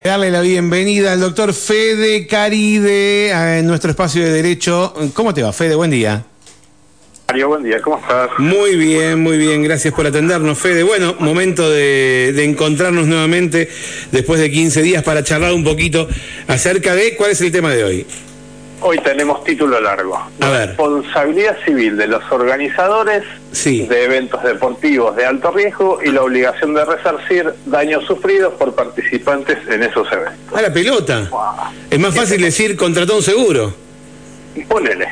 Darle la bienvenida al doctor Fede Caride en nuestro espacio de Derecho. ¿Cómo te va, Fede? Buen día. Mario, buen día, ¿cómo estás? Muy bien, gracias por atendernos, Fede. Bueno, momento de encontrarnos nuevamente después de 15 días para charlar un poquito acerca de cuál es el tema de hoy. Hoy tenemos título largo. A ver. Responsabilidad civil de los organizadores de eventos deportivos de alto riesgo y la obligación de resarcir daños sufridos por participantes en esos eventos. A la pelota. Wow. Es más fácil decir contrató un seguro. Ponele.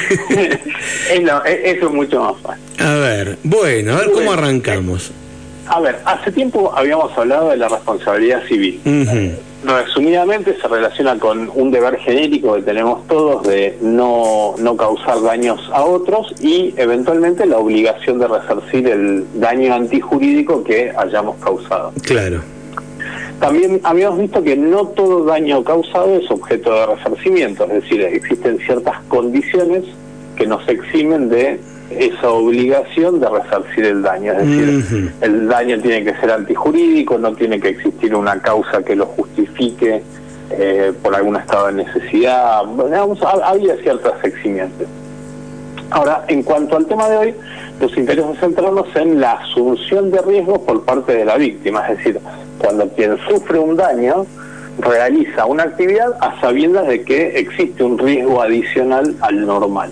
Eso es mucho más fácil. A ver, bueno, ¿cómo arrancamos? A ver, hace tiempo habíamos hablado de la responsabilidad civil. Resumidamente se relaciona con un deber genérico que tenemos todos de no causar daños a otros y eventualmente la obligación de resarcir el daño antijurídico que hayamos causado. Claro. También habíamos visto que no todo daño causado es objeto de resarcimiento, es decir, existen ciertas condiciones que nos eximen de esa obligación de resarcir el daño, es decir, el daño tiene que ser antijurídico, no tiene que existir una causa que lo justifique por algún estado de necesidad, digamos, había ciertas eximientes. Ahora, en cuanto al tema de hoy, nos interesa centrarnos en la asunción de riesgos por parte de la víctima, es decir, cuando quien sufre un daño realiza una actividad a sabiendas de que existe un riesgo adicional al normal.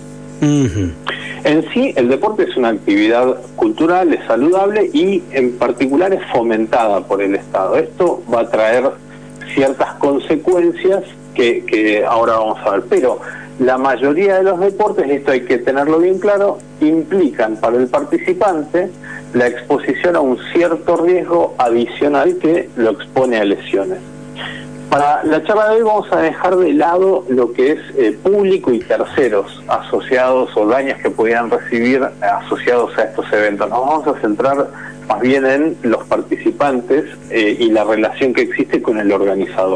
En sí, el deporte es una actividad cultural, es saludable y en particular es fomentada por el Estado. Esto va a traer ciertas consecuencias que ahora vamos a ver, pero la mayoría de los deportes, esto hay que tenerlo bien claro, implican para el participante la exposición a un cierto riesgo adicional que lo expone a lesiones. Para la charla de hoy vamos a dejar de lado lo que es público y terceros asociados o daños que pudieran recibir asociados a estos eventos. Nos vamos a centrar más bien en los participantes y la relación que existe con el organizador.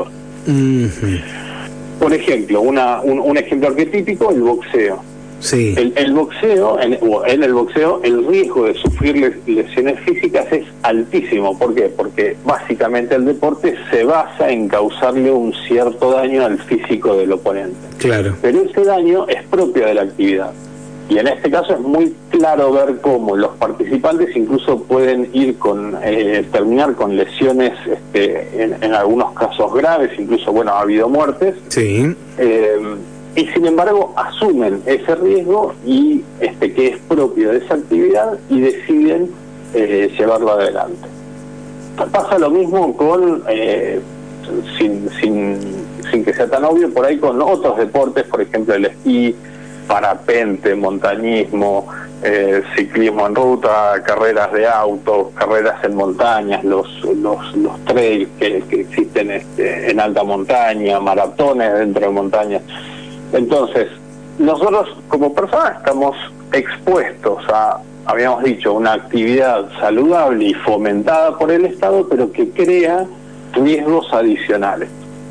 Por ejemplo, un ejemplo arquetípico, el boxeo. Sí. El boxeo, en el boxeo, el riesgo de sufrir lesiones físicas es altísimo. ¿Por qué? Porque básicamente el deporte se basa en causarle un cierto daño al físico del oponente. Claro. Pero ese daño es propio de la actividad. Y en este caso es muy claro ver cómo los participantes incluso pueden ir terminar con lesiones, en algunos casos graves, incluso, bueno, ha habido muertes. Sí. Y sin embargo asumen ese riesgo y que es propio de esa actividad y deciden llevarlo adelante. Pasa lo mismo con, sin que sea tan obvio, por ahí con otros deportes, por ejemplo el esquí, parapente, montañismo, ciclismo en ruta, carreras de autos, carreras en montañas, los trails que existen en alta montaña, maratones dentro de montañas. Entonces, nosotros como personas estamos expuestos a, habíamos dicho, una actividad saludable y fomentada por el Estado, pero que crea riesgos adicionales.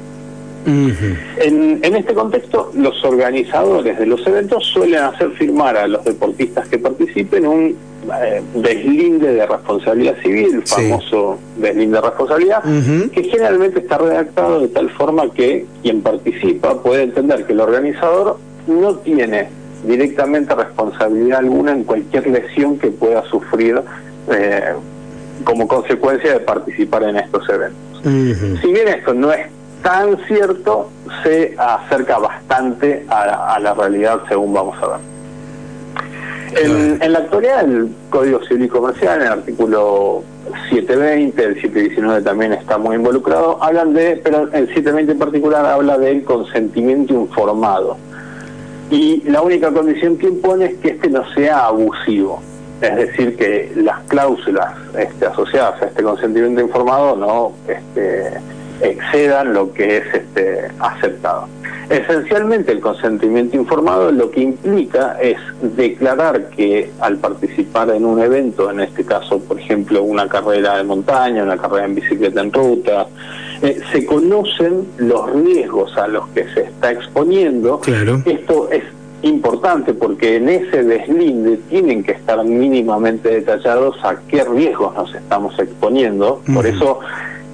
En este contexto, los organizadores de los eventos suelen hacer firmar a los deportistas que participen un deslinde de responsabilidad civil, el famoso deslinde de responsabilidad, que generalmente está redactado de tal forma que quien participa puede entender que el organizador no tiene directamente responsabilidad alguna en cualquier lesión que pueda sufrir como consecuencia de participar en estos eventos. Si bien esto no es tan cierto, se acerca bastante a la realidad según vamos a ver. En la actualidad el Código Civil y Comercial, en el artículo 720, el 719 también está muy involucrado, pero el 720 en particular habla del consentimiento informado. Y la única condición que impone es que no sea abusivo. Es decir, que las cláusulas asociadas a este consentimiento informado no excedan lo que es aceptado. Esencialmente el consentimiento informado lo que implica es declarar que al participar en un evento, en este caso por ejemplo una carrera de montaña, una carrera en bicicleta en ruta, se conocen los riesgos a los que se está exponiendo. Claro. Esto es importante porque en ese deslinde tienen que estar mínimamente detallados a qué riesgos nos estamos exponiendo. Por eso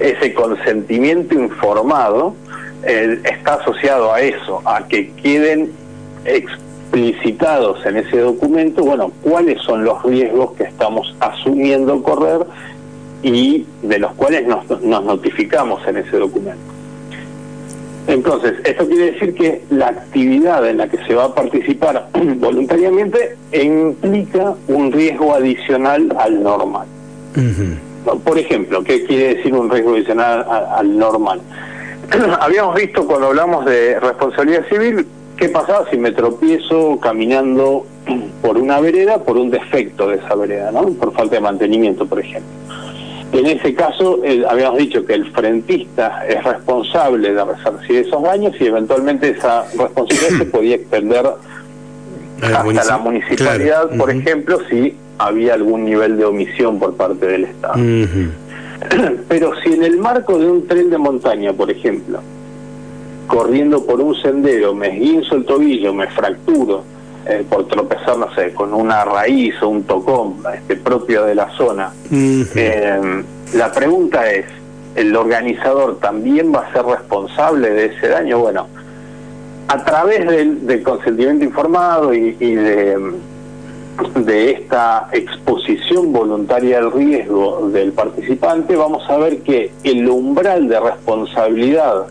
ese consentimiento informado está asociado a eso, a que queden explicitados en ese documento, bueno, cuáles son los riesgos que estamos asumiendo correr y de los cuales nos notificamos en ese documento. Entonces, esto quiere decir que la actividad en la que se va a participar voluntariamente implica un riesgo adicional al normal. Por ejemplo, ¿qué quiere decir un riesgo adicional al normal? Habíamos visto cuando hablamos de responsabilidad civil, ¿qué pasaba si me tropiezo caminando por una vereda por un defecto de esa vereda, ¿no? Por falta de mantenimiento, por ejemplo. En ese caso, habíamos dicho que el frentista es responsable de resarcir esos daños y eventualmente esa responsabilidad se podía extender hasta la municipalidad, claro. Por ejemplo, si había algún nivel de omisión por parte del Estado. Pero si en el marco de un tren de montaña, por ejemplo, corriendo por un sendero, me esguinzo el tobillo, me fracturo, por tropezar, no sé, con una raíz o un tocón propio de la zona. La pregunta es, ¿el organizador también va a ser responsable de ese daño? Bueno, a través del consentimiento informado y de esta exposición voluntaria al riesgo del participante, vamos a ver que el umbral de responsabilidad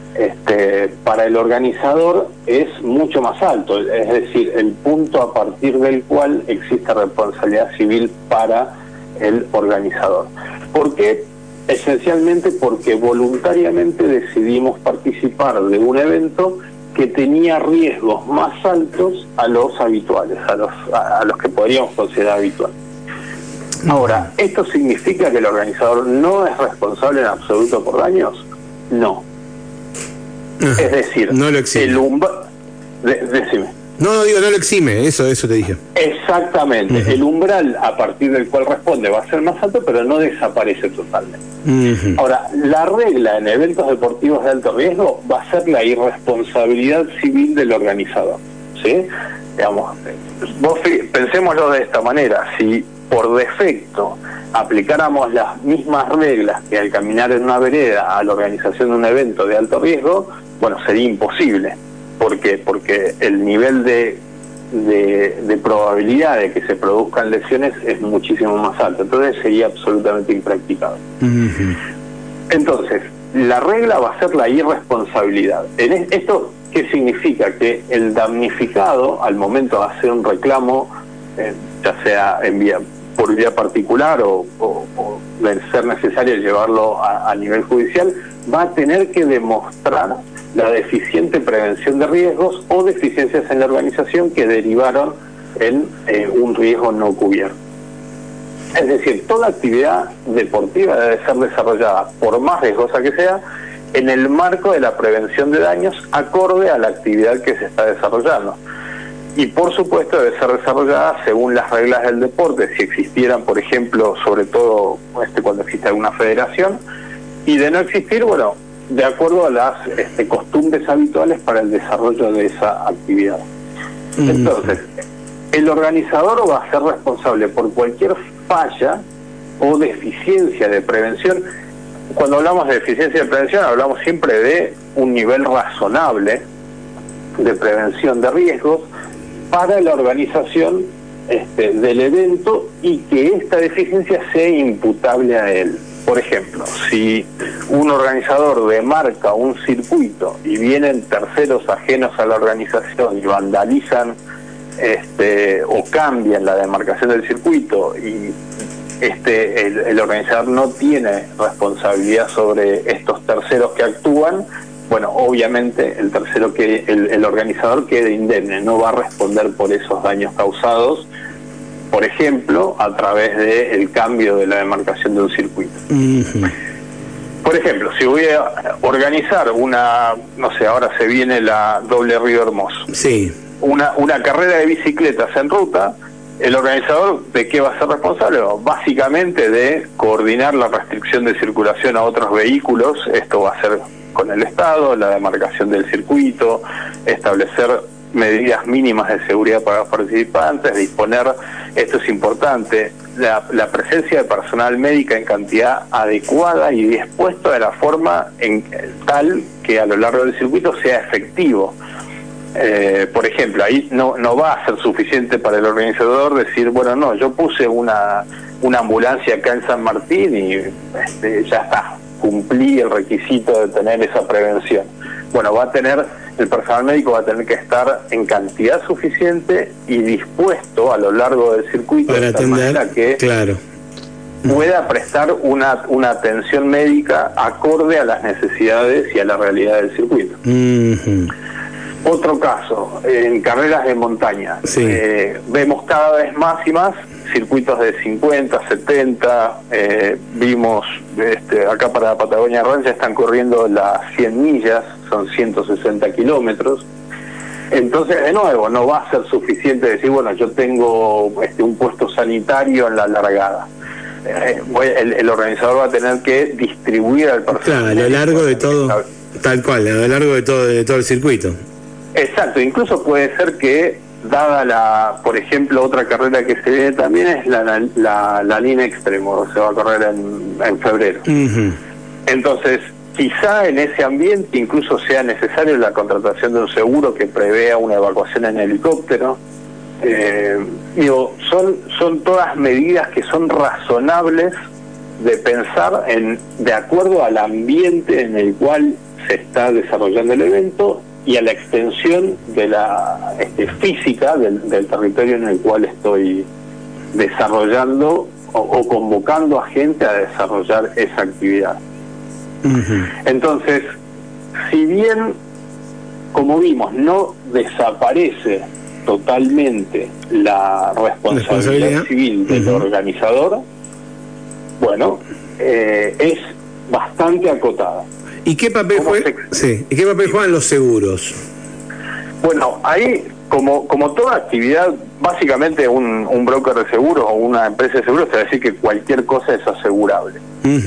para el organizador es mucho más alto, es decir, el punto a partir del cual existe responsabilidad civil para el organizador. ¿Por qué? Esencialmente porque voluntariamente decidimos participar de un evento que tenía riesgos más altos a los habituales, a los que podríamos considerar habituales. Ahora, ¿esto significa que el organizador no es responsable en absoluto por daños? No. Es decir, no lo exime. Decime. No lo exime, eso te dije. Exactamente. El umbral a partir del cual responde va a ser más alto, pero no desaparece totalmente. Ahora, la regla en eventos deportivos de alto riesgo va a ser la irresponsabilidad civil del organizador, ¿sí? Digamos, pensémoslo de esta manera: si por defecto aplicáramos las mismas reglas que al caminar en una vereda a la organización de un evento de alto riesgo, bueno, sería imposible. ¿Por qué? Porque el nivel de probabilidad de que se produzcan lesiones es muchísimo más alto, entonces sería absolutamente impracticable. Entonces, la regla va a ser la irresponsabilidad. ¿Esto qué significa? Que el damnificado, al momento de hacer un reclamo, ya sea por vía particular o de ser necesario llevarlo a nivel judicial, va a tener que demostrar la deficiente prevención de riesgos o deficiencias en la organización que derivaron en un riesgo no cubierto. Es decir, toda actividad deportiva debe ser desarrollada, por más riesgosa que sea, en el marco de la prevención de daños acorde a la actividad que se está desarrollando. Y por supuesto debe ser desarrollada según las reglas del deporte, si existieran, por ejemplo, sobre todo cuando existe alguna federación, y de no existir, bueno, de acuerdo a las costumbres habituales para el desarrollo de esa actividad. Entonces, el organizador va a ser responsable por cualquier falla o deficiencia de prevención. Cuando hablamos de deficiencia de prevención, hablamos siempre de un nivel razonable de prevención de riesgos para la organización del evento y que esta deficiencia sea imputable a él. Por ejemplo, si un organizador demarca un circuito y vienen terceros ajenos a la organización y vandalizan o cambian la demarcación del circuito y el organizador no tiene responsabilidad sobre estos terceros que actúan, bueno, obviamente el organizador queda indemne, no va a responder por esos daños causados, por ejemplo, a través del cambio de la demarcación de un circuito. Por ejemplo, si voy a organizar no sé, ahora se viene la Doble Río Hermoso. Sí. Una carrera de bicicletas en ruta, ¿el organizador de qué va a ser responsable? Básicamente de coordinar la restricción de circulación a otros vehículos. Esto va a ser con el Estado, la demarcación del circuito, establecer medidas mínimas de seguridad para los participantes, disponer, esto es importante, la presencia de personal médico en cantidad adecuada y dispuesto de la forma tal que a lo largo del circuito sea efectivo. Por ejemplo, ahí no va a ser suficiente para el organizador decir, bueno, no, yo puse una ambulancia acá en San Martín y ya está, cumplí el requisito de tener esa prevención. Bueno, el personal médico va a tener que estar en cantidad suficiente y dispuesto a lo largo del circuito para de tal manera que pueda prestar una atención médica acorde a las necesidades y a la realidad del circuito. Otro caso, en carreras de montaña, vemos cada vez más y más circuitos de 50, 70, vimos acá para la Patagonia Ranch están corriendo las 100 millas, son 160 kilómetros. Entonces, de nuevo, no va a ser suficiente decir, bueno, yo tengo un puesto sanitario en la largada. El organizador va a tener que distribuir al personal. Claro, a lo largo de todo, tal cual, a lo largo de todo el circuito. Exacto, incluso puede ser que, dada por ejemplo, otra carrera que se viene también es la línea extremo, se va a correr en febrero. Entonces, quizá en ese ambiente incluso sea necesario la contratación de un seguro que prevea una evacuación en helicóptero. Son todas medidas que son razonables de pensar de acuerdo al ambiente en el cual se está desarrollando el evento y a la extensión de la física del territorio en el cual estoy desarrollando o convocando a gente a desarrollar esa actividad. Entonces, si bien, como vimos, no desaparece totalmente la responsabilidad civil del organizador, bueno, es bastante acotada. ¿Y qué papel ¿Y qué papel juegan los seguros? Bueno, ahí, como toda actividad, básicamente un broker de seguros o una empresa de seguros te va a decir que cualquier cosa es asegurable.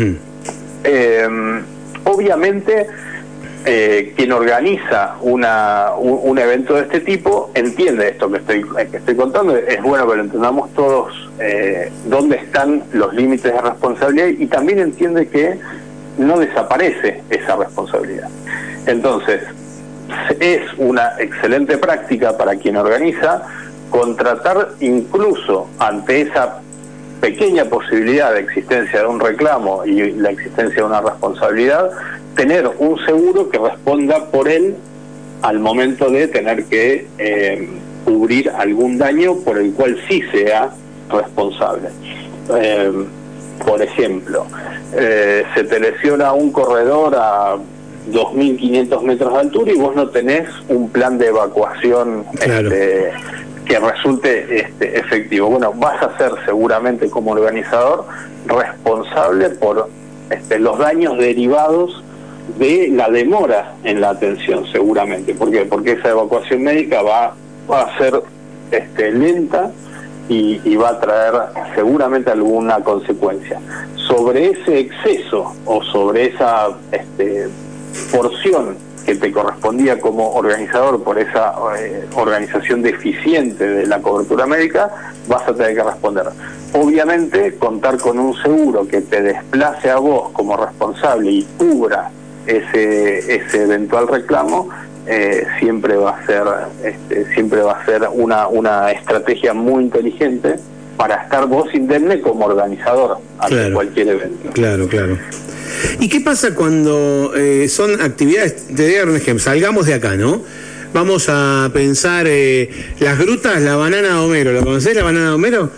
Obviamente, quien organiza un evento de este tipo entiende esto que estoy contando. Es bueno que lo entendamos todos, dónde están los límites de responsabilidad, y también entiende que no desaparece esa responsabilidad. Entonces, es una excelente práctica para quien organiza contratar, incluso ante esa pequeña posibilidad de existencia de un reclamo y la existencia de una responsabilidad, tener un seguro que responda por él al momento de tener que cubrir algún daño por el cual sí sea responsable. Por ejemplo, se te lesiona un corredor a 2.500 metros de altura y vos no tenés un plan de evacuación que resulte efectivo. Bueno, vas a ser seguramente como organizador responsable por los daños derivados de la demora en la atención, seguramente. ¿Por qué? Porque esa evacuación médica va a ser lenta y va a traer seguramente alguna consecuencia. Sobre ese exceso o sobre esa porción que te correspondía como organizador por esa organización deficiente de la cobertura médica, vas a tener que responder. Obviamente, contar con un seguro que te desplace a vos como responsable y cubra ese eventual reclamo, siempre va a ser una estrategia muy inteligente para estar vos indemne como organizador ante cualquier evento. Claro. ¿Y qué pasa cuando son actividades? Te voy a dar un ejemplo. Salgamos de acá, ¿no? Vamos a pensar las grutas, la banana de Homero. ¿Lo conocés, la banana de Homero?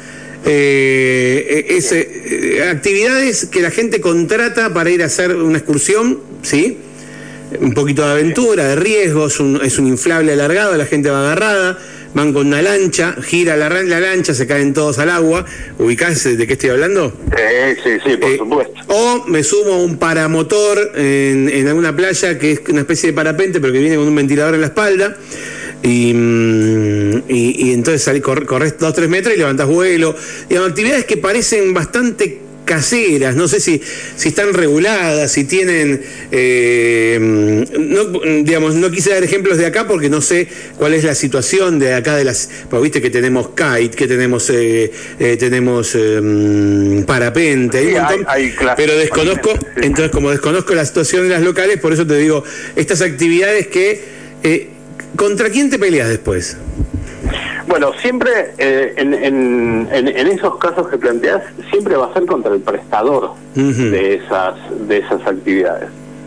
Actividades que la gente contrata para ir a hacer una excursión, ¿sí? Un poquito de aventura, de riesgo, es un inflable alargado, la gente va agarrada, van con una lancha, gira la lancha, se caen todos al agua. ¿Ubicás de qué estoy hablando? Sí, por supuesto. O me sumo a un paramotor en alguna playa que es una especie de parapente, pero que viene con un ventilador en la espalda. Y entonces corres 2-3 metros y levantás vuelo. Digamos, actividades que parecen bastante caseras, no sé si están reguladas, si tienen, no quise dar ejemplos de acá porque no sé cuál es la situación de acá de las, pues viste que tenemos kite, que tenemos parapente, hay un montón, pero desconozco, entonces como desconozco la situación de las locales, por eso te digo, estas actividades que, ¿contra quién te peleas después? Bueno, siempre en esos casos que planteás, siempre va a ser contra el prestador de esas actividades.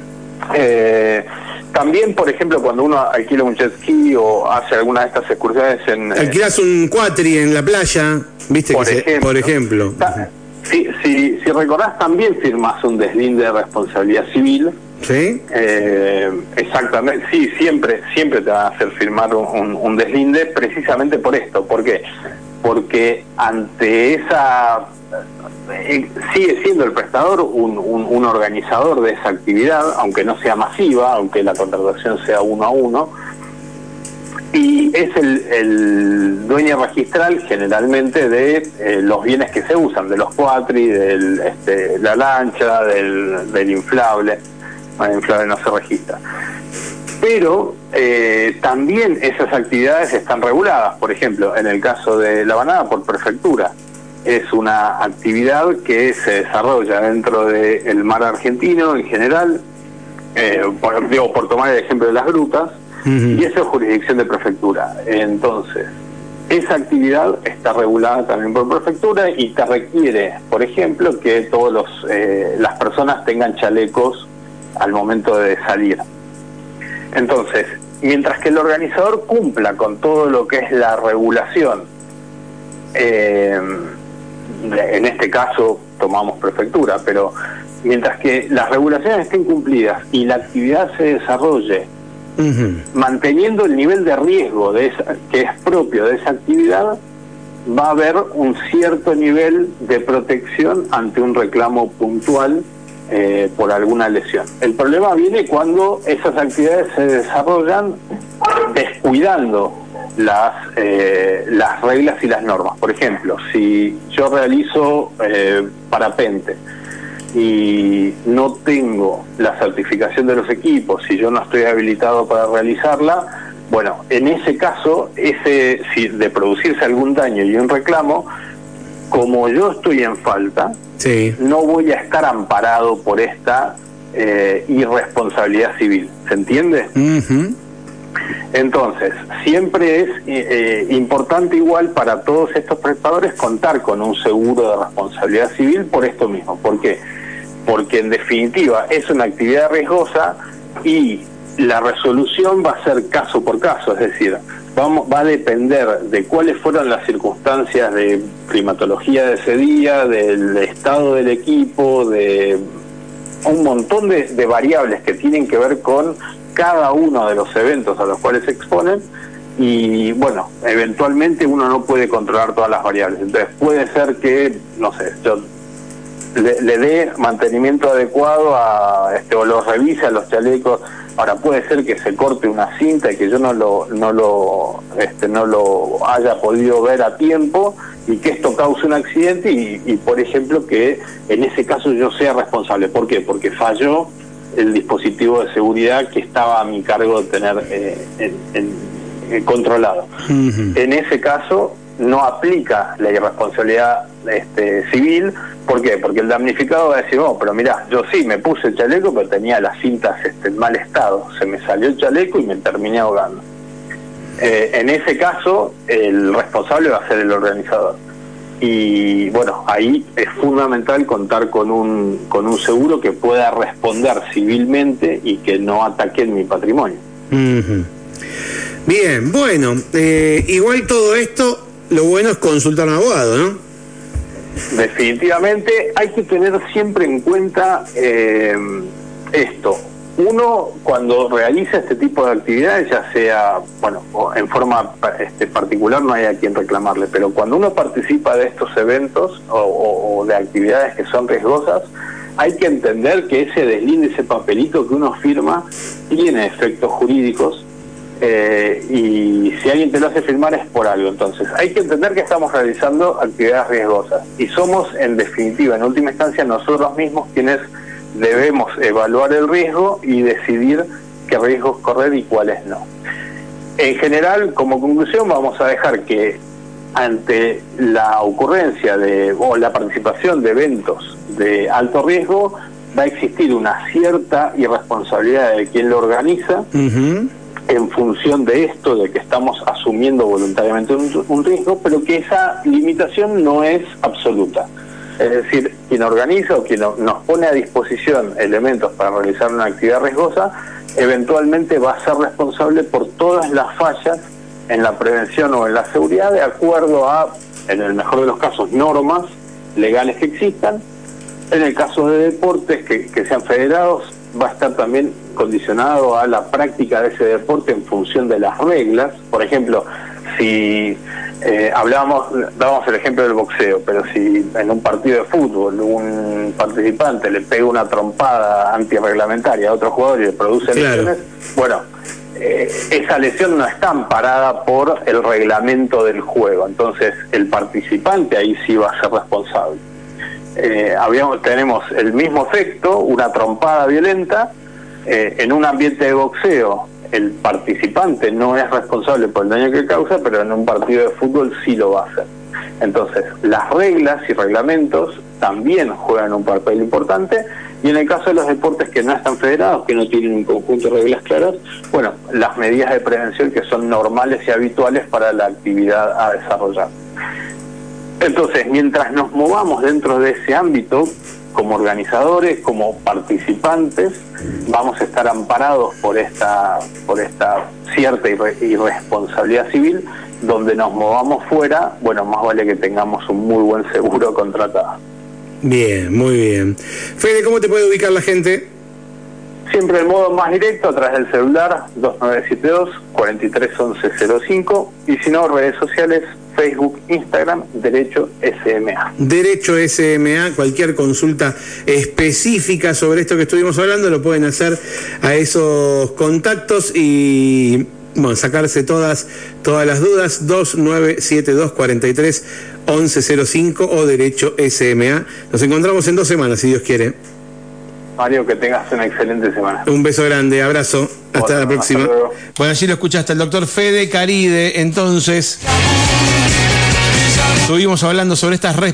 También, por ejemplo, cuando uno alquila un jet ski o hace alguna de estas excursiones alquilás un cuatri en la playa, ¿viste? Por ejemplo. Si recordás, también firmás un deslinde de responsabilidad civil. ¿Sí? Exactamente, sí, siempre te van a hacer firmar un deslinde precisamente por esto. ¿Por qué? Porque ante esa... sigue siendo el prestador un organizador de esa actividad, aunque no sea masiva, aunque la contratación sea 1 a 1, y es el dueño registral generalmente de los bienes que se usan, de los cuatri, de la lancha, del inflable. El inflable no se registra. Pero también esas actividades están reguladas. Por ejemplo, en el caso de la banada, por prefectura. Es una actividad que se desarrolla dentro del mar argentino en general, por tomar el ejemplo de las grutas, y eso es jurisdicción de prefectura. Entonces, esa actividad está regulada también por prefectura y te requiere, por ejemplo, que todas las personas tengan chalecos al momento de salir. Entonces, mientras que el organizador cumpla con todo lo que es la regulación, en este caso tomamos prefectura, pero mientras que las regulaciones estén cumplidas y la actividad se desarrolle manteniendo el nivel de riesgo que es propio de esa actividad, va a haber un cierto nivel de protección ante un reclamo puntual por alguna lesión. El problema viene cuando esas actividades se desarrollan descuidando las reglas y las normas. Por ejemplo, si yo realizo parapente y no tengo la certificación de los equipos, si yo no estoy habilitado para realizarla, bueno, en ese caso, si de producirse algún daño y un reclamo, como yo estoy en falta, sí, no voy a estar amparado por esta irresponsabilidad civil. ¿Se entiende? Entonces, siempre es importante igual para todos estos prestadores contar con un seguro de responsabilidad civil por esto mismo. ¿Por qué? Porque en definitiva es una actividad riesgosa y la resolución va a ser caso por caso, es decir, va a depender de cuáles fueron las circunstancias de climatología de ese día, del estado del equipo, de un montón de variables que tienen que ver con cada uno de los eventos a los cuales se exponen, y bueno, eventualmente uno no puede controlar todas las variables. Entonces puede ser que, no sé, yo le dé mantenimiento adecuado o lo revise a los chalecos. Ahora puede ser que se corte una cinta y que yo no lo haya podido ver a tiempo y que esto cause un accidente y por ejemplo que en ese caso yo sea responsable. ¿Por qué? Porque falló el dispositivo de seguridad que estaba a mi cargo de tener controlado. En ese caso no aplica la irresponsabilidad civil. ¿Por qué? Porque el damnificado va a decir, pero mirá, yo sí me puse el chaleco, pero tenía las cintas en mal estado, se me salió el chaleco y me terminé ahogando. En ese caso, el responsable va a ser el organizador. Y bueno, ahí es fundamental contar con un seguro que pueda responder civilmente y que no ataquen mi patrimonio. Bien, bueno, igual todo esto, lo bueno es consultar a un abogado, ¿no? Definitivamente hay que tener siempre en cuenta esto. Uno, cuando realiza este tipo de actividades, ya sea, en forma particular, no hay a quien reclamarle, pero cuando uno participa de estos eventos o de actividades que son riesgosas, hay que entender que ese deslinde, ese papelito que uno firma, tiene efectos jurídicos y si alguien te lo hace firmar es por algo. Entonces hay que entender que estamos realizando actividades riesgosas y somos, en definitiva, en última instancia, nosotros mismos quienes debemos evaluar el riesgo y decidir qué riesgos correr y cuáles no. En general, como conclusión, vamos a dejar que ante la ocurrencia o la participación de eventos de alto riesgo, va a existir una cierta irresponsabilidad de quien lo organiza, en función de esto, de que estamos asumiendo voluntariamente un riesgo, pero que esa limitación no es absoluta. Es decir, quien organiza o quien nos pone a disposición elementos para realizar una actividad riesgosa, eventualmente va a ser responsable por todas las fallas en la prevención o en la seguridad, de acuerdo a, en el mejor de los casos, normas legales que existan. En el caso de deportes que sean federados, va a estar también condicionado a la práctica de ese deporte en función de las reglas. Por ejemplo, si dábamos el ejemplo del boxeo, pero si en un partido de fútbol un participante le pega una trompada antirreglamentaria a otro jugador y le produce lesiones, bueno, esa lesión no está amparada por el reglamento del juego, entonces el participante ahí sí va a ser responsable. Tenemos el mismo efecto, una trompada violenta, en un ambiente de boxeo el participante no es responsable por el daño que causa, pero en un partido de fútbol sí lo va a hacer. Entonces, las reglas y reglamentos también juegan un papel importante, y en el caso de los deportes que no están federados, que no tienen un conjunto de reglas claras, bueno, las medidas de prevención que son normales y habituales para la actividad a desarrollar. Entonces, mientras nos movamos dentro de ese ámbito, como organizadores, como participantes, vamos a estar amparados por esta cierta irresponsabilidad civil. Donde nos movamos fuera, bueno, más vale que tengamos un muy buen seguro contratado. Bien, muy bien. Fede, ¿cómo te puede ubicar la gente? Siempre el modo más directo, a través del celular, 2972-431105, y si no, redes sociales, Facebook, Instagram, Derecho SMA. Derecho SMA, cualquier consulta específica sobre esto que estuvimos hablando, lo pueden hacer a esos contactos y, bueno, sacarse todas las dudas. 2972-431105 o Derecho SMA. Nos encontramos en 2 semanas, si Dios quiere. Mario, que tengas una excelente semana. Un beso grande, abrazo, hasta la próxima. Bueno, allí lo escuchaste el doctor Fede Caride. Entonces, estuvimos hablando sobre estas